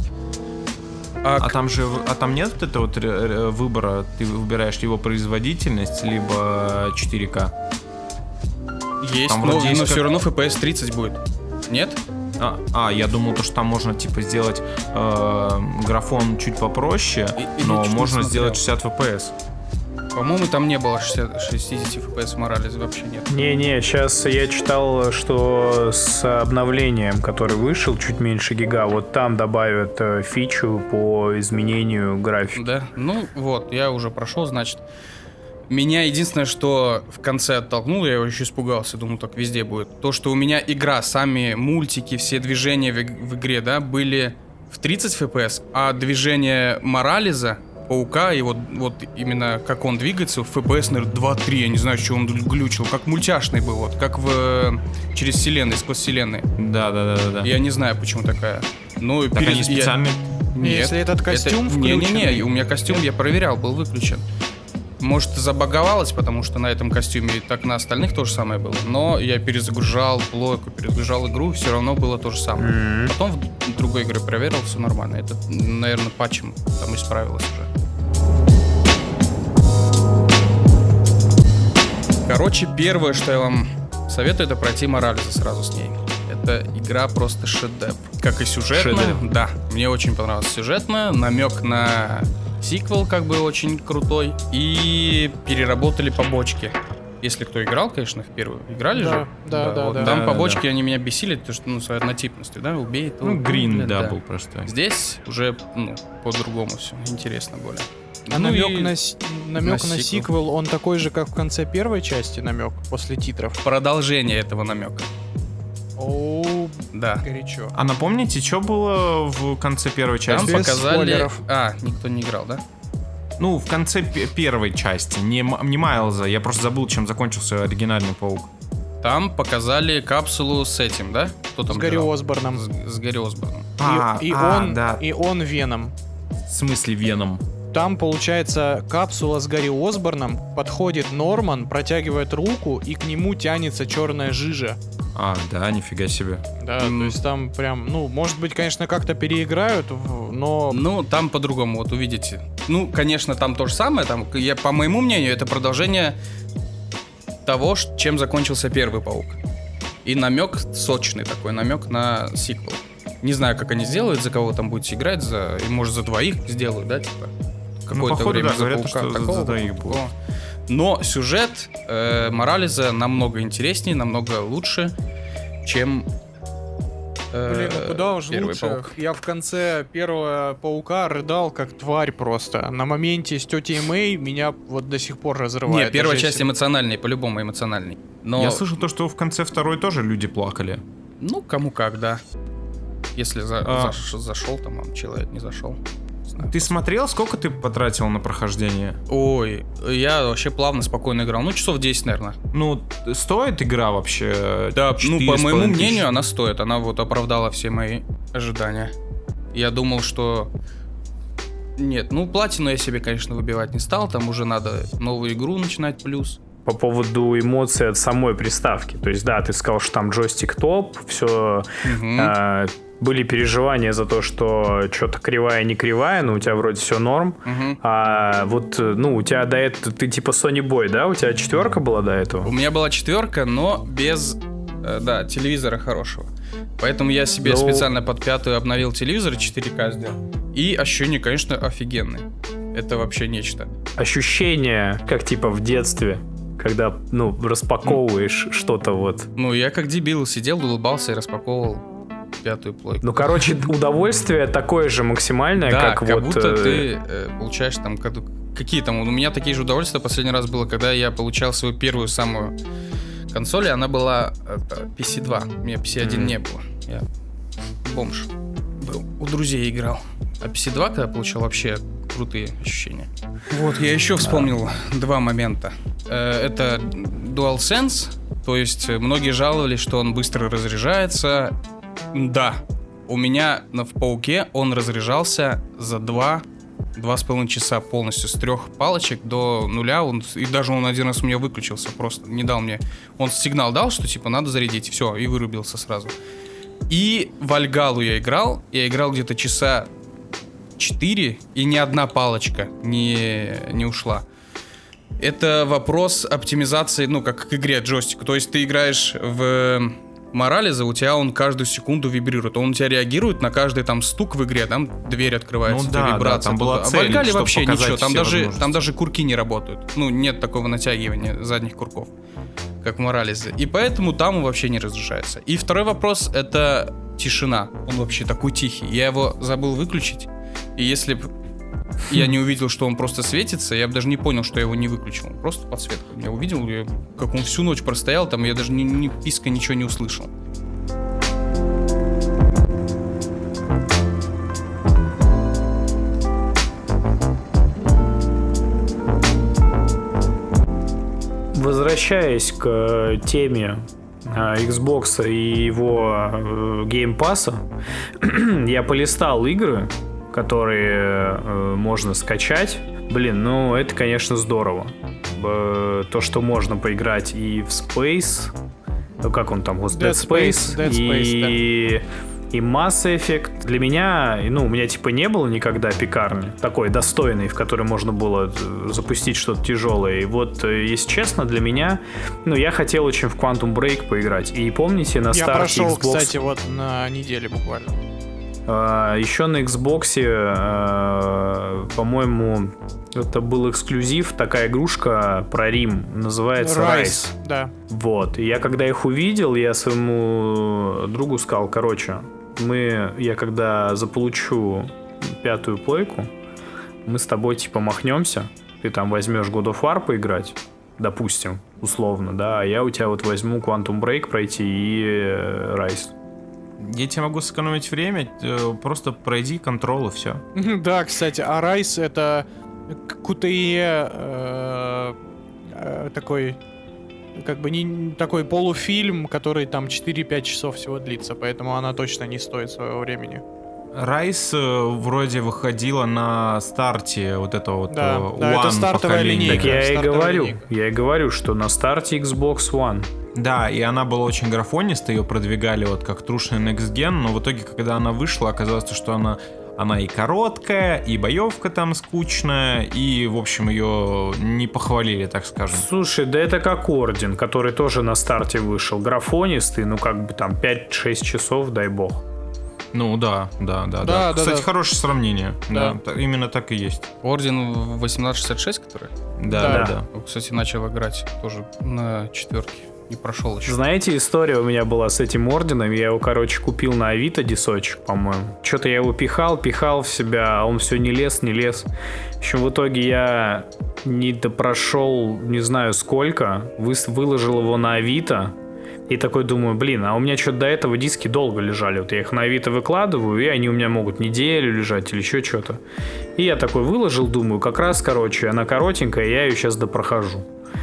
А там нет выбора? Ты выбираешь его производительность, либо 4К? Есть, но все равно FPS 30 будет. Нет? Я думал, что там можно типа сделать графон чуть попроще, Или но чуть не можно смотрел. сделать 60 FPS. По-моему, там не было 60 FPS в Моралезе, вообще нет. Не-не, сейчас я читал, что с обновлением, который вышел, чуть меньше гига, вот там добавят фичу по изменению графики. Да? Ну вот, я уже прошел, значит. Меня единственное, что в конце оттолкнуло, я еще испугался, думал, так везде будет. То, что у меня игра, сами мультики, все движения в игре, да, были в 30 FPS, а движение Моралеза, Паука, и вот именно как он двигается, в FPS, наверное, 2-3, я не знаю, что он глючил, как мультяшный был, вот, как через вселенные, сквозь вселенные. Да. Я не знаю, почему такая. Ну, Так они специально... Нет. Если этот костюм включенный... Не-не-не, у меня костюм, я проверял, был выключен. Может, забаговалось, потому что на этом костюме и так на остальных то же самое было. Но я перезагружал плойку, перезагружал игру, все равно было то же самое. Потом в другой игре проверил, все нормально. Это, наверное, патчем там исправилось уже. Короче, первое, что я вам советую, это пройти Моралеза сразу с ней. Это игра просто шедевр. Как и сюжетная. Шедевр. Да, мне очень понравилось сюжетная. Намек на сиквел как бы очень крутой. И переработали побочки. Если кто играл, конечно, в первую. Играли Да, же? да. Вот Да. там Да, побочки, да. они меня бесили, потому что, своей однотипностью, да, убей. то Ну, грин, убей, да, был просто. Здесь уже, по-другому все. Интересно более. А Ну намек, и намек на на сиквел, он такой же, как в конце первой части намек, после титров. продолжение этого намека. О, Да. горячо. А напомните, что было в конце первой Там части? без показали... спойлеров. Никто не играл, да? Ну, в конце первой части, не Майлза, я просто забыл, чем закончился оригинальный Паук. Там показали капсулу с этим, да? Кто там С Гарри лежал? Осборном. С Гарри Осборном. Да. И он Веном. В смысле Веном? Там, получается, капсула с Гарри Осборном, подходит Норман, протягивает руку, и к нему тянется черная жижа. Да, нифига себе. Да, то есть там прям, может быть, конечно, как-то переиграют, но... Ну, там по-другому, вот увидите. Ну, конечно, там то же самое. Там, по моему мнению, это продолжение того, чем закончился первый Паук. И намек сочный такой, намек на сиквел. Не знаю, как они сделают, за кого там будете играть, и может за двоих сделают, да, типа. Какое-то походу, время да, за говорят, Паука. что за Такого, двоих такого. будет. Но сюжет Моралеза намного интереснее, намного лучше, чем Блин, ну куда уж первый лучше. Паук. Я в конце первого Паука рыдал как тварь просто. На моменте с тетей Мэй меня вот до сих пор разрывает. Нет, первая Даже часть если- эмоциональная, по-любому эмоциональный. Но, Я слышал то, что в конце второй тоже люди плакали. ну, кому как, да. Если зашел там человек, не зашел. Не знаю. Ты смотрел, сколько ты потратил на прохождение? Ой, я вообще плавно, спокойно играл. Ну, часов 10, наверное. Ну, стоит игра вообще? Да, ну, по 4,5 моему тысячи? мнению, она стоит. Она вот оправдала все мои ожидания. Я думал, что... Нет, ну, платину я себе, конечно, выбивать не стал. Там уже надо новую игру начинать плюс. По поводу эмоций от самой приставки. То есть, да, ты сказал, что там джойстик топ, все... были переживания за то, что что-то кривая, не кривая, но у тебя вроде все норм. А вот, у тебя до этого, ты типа Sony Boy, да? У тебя 4 была до этого? У меня была 4, но без, телевизора хорошего. Поэтому я себе специально под 5 обновил телевизор, 4К сделал. И ощущения, конечно, офигенные. Это вообще нечто. Ощущение, как типа в детстве, когда, распаковываешь что-то вот. Ну, я как дебил сидел, улыбался и распаковывал 5-ю плойку. Ну, короче, удовольствие такое же максимальное, Да, как вот... будто ты получаешь там... Какие там... У меня такие же удовольствия последний раз было, когда я получал свою первую самую консоль, и она была PC2. У меня PC1 не было. Я бомж был. У друзей играл. А PC2, когда получал, вообще крутые ощущения. Вот, я еще вспомнил два момента. Это DualSense, то есть многие жаловались, что он быстро разряжается. Да, у меня в Пауке он разряжался за 2,5 часа полностью, с 3 палочек до 0, и даже он один раз у меня выключился, просто не дал мне. Он сигнал дал, что типа надо зарядить, все, и вырубился сразу. И в Альгалу я играл где-то часа 4, и ни одна палочка не ушла. Это вопрос оптимизации, как к игре джойстика. То есть ты играешь в Морализа, у тебя он каждую секунду вибрирует. Он у тебя реагирует на каждый там стук в игре, там дверь открывается, Ну да, вибрация. там была А в цель, Вальгалле чтоб вообще показать ничего, все возможности. там даже курки не работают. Ну, нет такого натягивания задних курков, как в Морализе. И поэтому там он вообще не разрушается. И второй вопрос — это тишина. Он вообще такой тихий. Я его забыл выключить, и если бы я не увидел, что он просто светится, я бы даже не понял, что я его не выключил. Он просто подсветка. Я увидел, как он всю ночь простоял, там я даже ни писка, ничего не услышал. Возвращаясь к теме Xbox и его Game Pass'а, я полистал игры, которые можно скачать. Блин, ну это, конечно, здорово. То, что можно поиграть и в Space, ну как он там, Dead Space, и Mass Effect. Для меня, ну, у меня типа не было никогда пекарни такой достойной, в которой можно было запустить что-то тяжелое. И вот, если честно, для меня, ну, я хотел очень в Quantum Break поиграть. И помните, на старте прошел, Xbox... кстати, вот на неделе буквально. Еще на Xbox, по-моему, это был эксклюзив, такая игрушка про Рим, называется Rise. Да. Вот, и я когда их увидел, я своему другу сказал, короче, я когда заполучу 5-ю плойку, мы с тобой типа махнемся, ты там возьмешь God of War поиграть, допустим, условно, да, а я у тебя вот возьму Quantum Break пройти и Rise. Я тебе могу сэкономить время, просто пройди контрол и все. Да, кстати, а Rise — это QTE такой, как бы не такой полуфильм, который там 4-5 часов всего длится, поэтому она точно не стоит своего времени. Райс вроде выходила на старте вот этого вот Да, One это стартовая поколения. линейка. Так Стартовая линейка. я и говорю, что на старте Xbox One. Да, и она была очень графонистая, ее продвигали вот как трушный Next Gen, но в итоге, когда она вышла, оказалось, что она и короткая, и боевка там скучная, и, в общем, ее не похвалили, так скажем. Слушай, да это как Орден, который тоже на старте вышел. Графонистый, ну как бы там 5-6 часов, дай бог. Ну да. Да, Кстати, да. хорошее сравнение. Да. Да, именно так и есть. Орден 1866, который? Да. Кстати, начал играть тоже на 4. Не прошел еще. Знаете, история у меня была с этим Орденом. Я его, короче, купил на Авито дисочек, по-моему. Что-то я его пихал в себя, а он все не лез. В общем, в итоге я не допрошел, не знаю сколько, выложил его на Авито. И такой думаю, блин, а у меня что-то до этого диски долго лежали. Вот я их на Авито выкладываю, и они у меня могут неделю лежать или еще что-то. И я такой выложил, думаю, как раз, короче, она коротенькая, я ее сейчас допрохожу.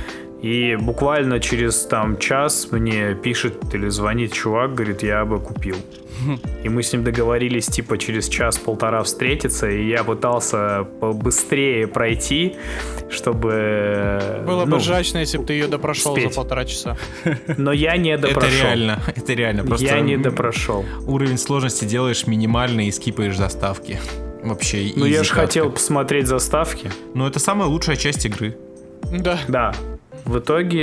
И буквально через там час мне пишет или звонит чувак, говорит, я бы купил. И мы с ним договорились типа через час-полтора встретиться, и я пытался побыстрее пройти, чтобы... Было бы ржачно, если бы ты ее допрошел успеть. за 1,5 часа. Но я не допрошел. Это реально. Просто Я не допрошел. уровень сложности делаешь минимальный и скипаешь заставки. Вообще, Ну я easy же как-то. хотел посмотреть заставки. Но это самая лучшая часть игры. Да. Да. В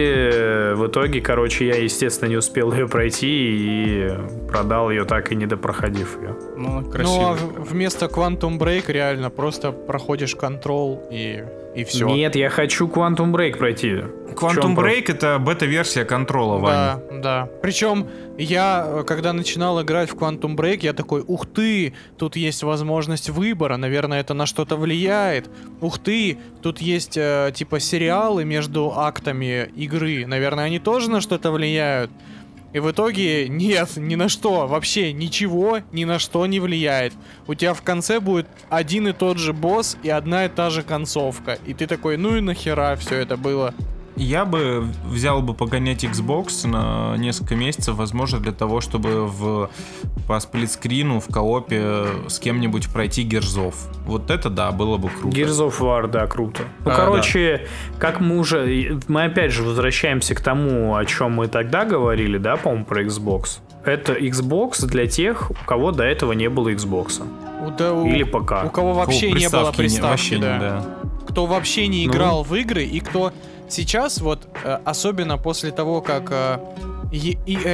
итоге, короче, я, естественно, не успел ее пройти и продал ее, так и не допроходив ее. Ну, Ну, красиво. а вместо Quantum Break реально просто проходишь контрол и все. Нет, я хочу Quantum Break пройти. Quantum Break — это бета-версия контрола, Ваня. Да. Причем я, когда начинал играть в Quantum Break, я такой, ух ты, тут есть возможность выбора, наверное, это на что-то влияет. Ух ты, тут есть типа сериалы между актами игры, наверное, они тоже на что-то влияют. И в итоге нет, ни на что, вообще ничего ни на что не влияет. У тебя в конце будет один и тот же босс и одна и та же концовка. И ты такой, ну и нахера все это было? Я бы взял бы погонять Xbox на несколько месяцев, возможно, для того, чтобы по сплитскрину в коопе с кем-нибудь пройти Герзов. Вот это да, было бы круто. Gears of War, да, круто. Ну, Да, короче, как мы опять же возвращаемся к тому, о чем мы тогда говорили, да, по-моему, про Xbox. Это Xbox для тех, у кого до этого не было Xbox. Или ПК. У кого вообще не было приставки, вообще да. да. Кто вообще не играл в игры и кто сейчас вот, особенно после того, как EA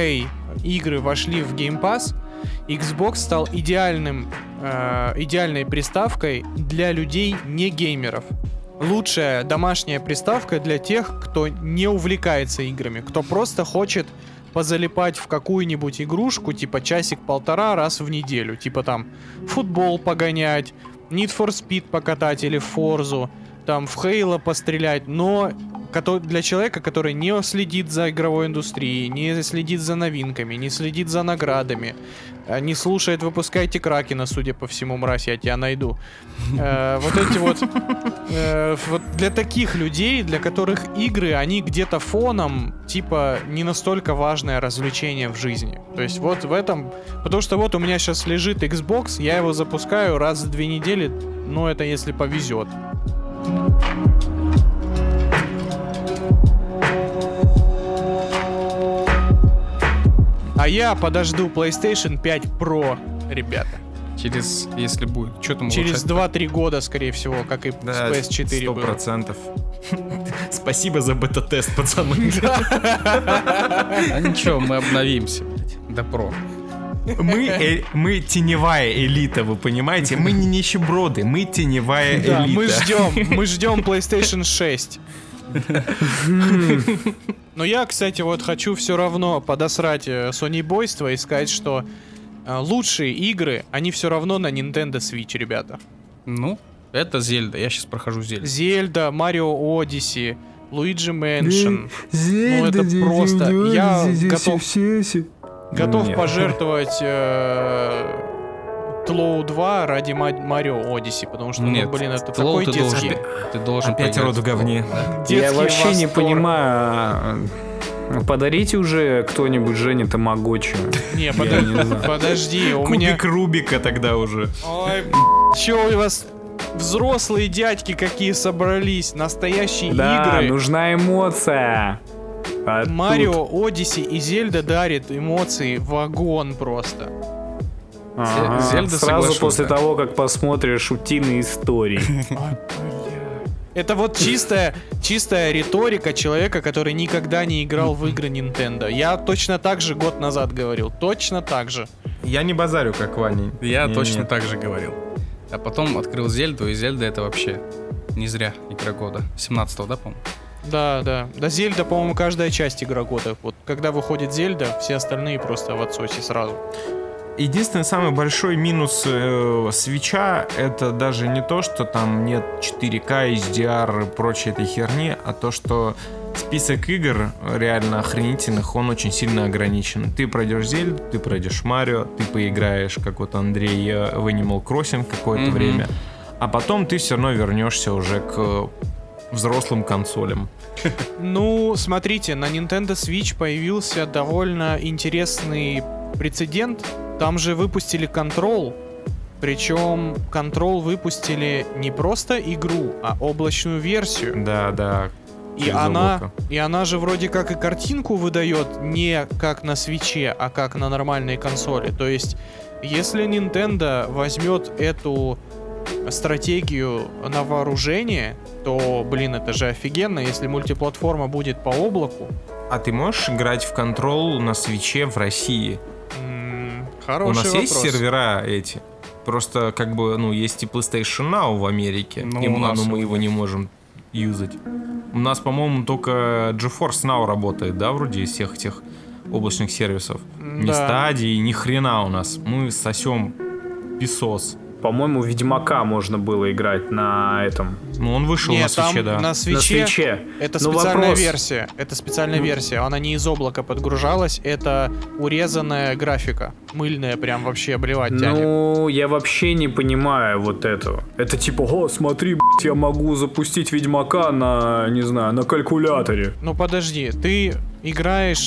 игры вошли в Game Pass, Xbox стал идеальной приставкой для людей не геймеров. Лучшая домашняя приставка для тех, кто не увлекается играми, кто просто хочет позалипать в какую-нибудь игрушку, типа часик-полтора раз в неделю, типа там футбол погонять, Need for Speed покатать или Forza, там в Halo пострелять, но для человека, который не следит за игровой индустрией, не следит за новинками, не следит за наградами, не слушает «Выпускайте Кракена», судя по всему, мразь, я тебя найду. Вот эти вот для таких людей, для которых игры, они где-то фоном, типа, не настолько важное развлечение в жизни. То есть вот в этом... Потому что вот у меня сейчас лежит Xbox, я его запускаю раз в 2 недели, но это если повезет. А я подожду PlayStation 5 Pro, ребята. Если будет. Что там Через 2-3 года, скорее всего, как и с PS4 было. 100%. Спасибо за бета-тест, пацаны. А ничего, мы обновимся, блядь, до Pro. Мы теневая элита, вы понимаете? Мы не нищеброды, мы теневая Да, элита. мы ждем PlayStation 6. Но я, кстати, вот хочу все равно подосрать сонибойство и сказать, что лучшие игры, они все равно на Nintendo Switch, ребята. Ну, это Зельда. Я сейчас прохожу Зельду. Зельда, Марио Одиссей, Luigi Mansion. Ну это просто... Я готов пожертвовать Тлоу 2 ради Марио Одиссей, потому что, Нет, ну, блин, это Тлоу такой детский... Ты должен Опять поиграть рот в говне. детский Я вообще не восторг. понимаю. Подарите уже кто-нибудь Жене Тамагочи. Не, не знаю. подожди, у меня... Кубик Рубика тогда уже. Ой, чё у вас взрослые дядьки какие собрались, настоящие Да, игры. нужна эмоция. А Марио, Одиссей и Зельда дарит эмоции вагон просто. Ага, Зельда, сразу соглашусь, после да. того, как посмотришь утиные истории. Это вот чистая риторика человека, который никогда не играл в игры Nintendo. Я точно так же год назад говорил. Точно так же. Я не базарю, как Ваня. Я Не-не. точно так же говорил. А потом открыл Зельду, и Зельда это вообще не зря игра года. 17-го, да, по-моему? Да. Да, Зельда, по-моему, каждая часть игра года. Вот когда выходит Зельда, все остальные просто в отсосе сразу. Единственный самый большой минус свитча это даже не то, что там нет 4К, HDR и прочей этой херни, а то, что список игр реально охренительных, он очень сильно ограничен. Ты пройдешь Зельду, ты пройдешь Марио, ты поиграешь, как вот Андрей, в Animal Crossing какое-то время, а потом ты все равно вернешься уже к взрослым консолям. Ну, смотрите, на Nintendo Switch появился довольно интересный прецедент. Там же выпустили Control, причем Control выпустили не просто игру, а облачную версию. Да. И через она, облако. и она же вроде как и картинку выдает не как на свитче, а как на нормальной консоли. То есть, если Nintendo возьмет эту стратегию на вооружение, то, блин, это же офигенно, если мультиплатформа будет по облаку. А ты можешь играть в Control на свитче в России? Хороший У нас вопрос. есть сервера эти? Просто как бы, ну, есть и PlayStation Now в Америке, Ну, и у нас мы его его не можем юзать. У нас, по-моему, только GeForce Now работает, да, вроде из всех этих облачных сервисов. Ни Да. стадии, ни хрена у нас. Мы сосем песос. По-моему, Ведьмака можно было играть на этом. Ну, он вышел на Нет, там свитче, да. на свитче, На свитче. это Ну, специальная вопрос. версия. Это специальная версия. Она не из облака подгружалась, это урезанная графика. Мыльная, прям вообще обливать тянет. Ну, я вообще не понимаю вот этого. Это типа, о, смотри, блядь, я могу запустить Ведьмака на, не знаю, на калькуляторе. Ну подожди, ты играешь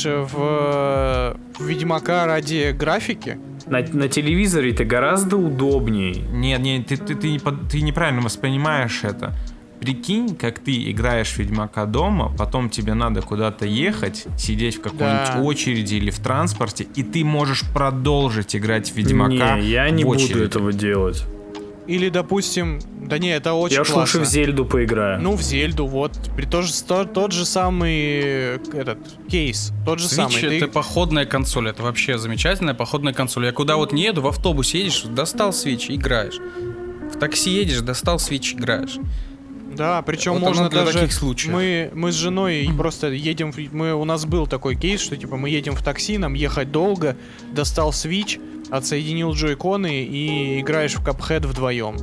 в Ведьмака ради графики? На телевизоре это гораздо удобней. Нет, ты неправильно воспринимаешь это. Прикинь, как ты играешь в Ведьмака дома, потом тебе надо куда-то ехать, сидеть в какой-нибудь Да. очереди или в транспорте, и ты можешь продолжить играть в Ведьмака Не, я не в буду очереди. этого делать. Или, допустим, да не, это очень Я уж классно. лучше в Зельду поиграю. Ну, в Зельду, вот. Тот же самый этот кейс. Тот же самый. Switch — это походная консоль, это вообще замечательная походная консоль. Я куда вот не еду, в автобусе едешь, достал Switch, играешь. В такси едешь, достал Switch, играешь. Да, причем Вот можно оно для даже... таких случаев. Мы с женой просто едем... У нас был такой кейс, что типа мы едем в такси, нам ехать долго, достал Switch, отсоединил джойконы и играешь в Cuphead вдвоем.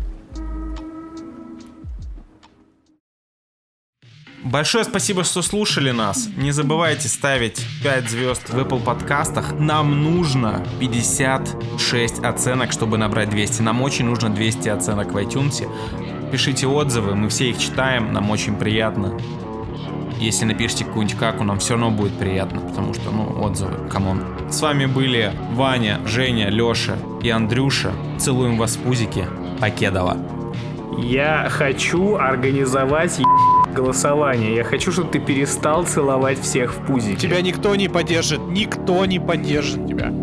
Большое спасибо, что слушали нас. Не забывайте ставить 5 звезд в Apple подкастах. Нам нужно 56 оценок, чтобы набрать 200. Нам очень нужно 200 оценок в iTunes. Пишите отзывы, мы все их читаем, нам очень приятно. Если напишите какую-нибудь каку, нам все равно будет приятно, потому что, отзывы, камон. С вами были Ваня, Женя, Леша и Андрюша. Целуем вас в пузики. Покедова. Я хочу организовать голосование. Я хочу, чтобы ты перестал целовать всех в пузике. Тебя никто не поддержит. Никто не поддержит тебя.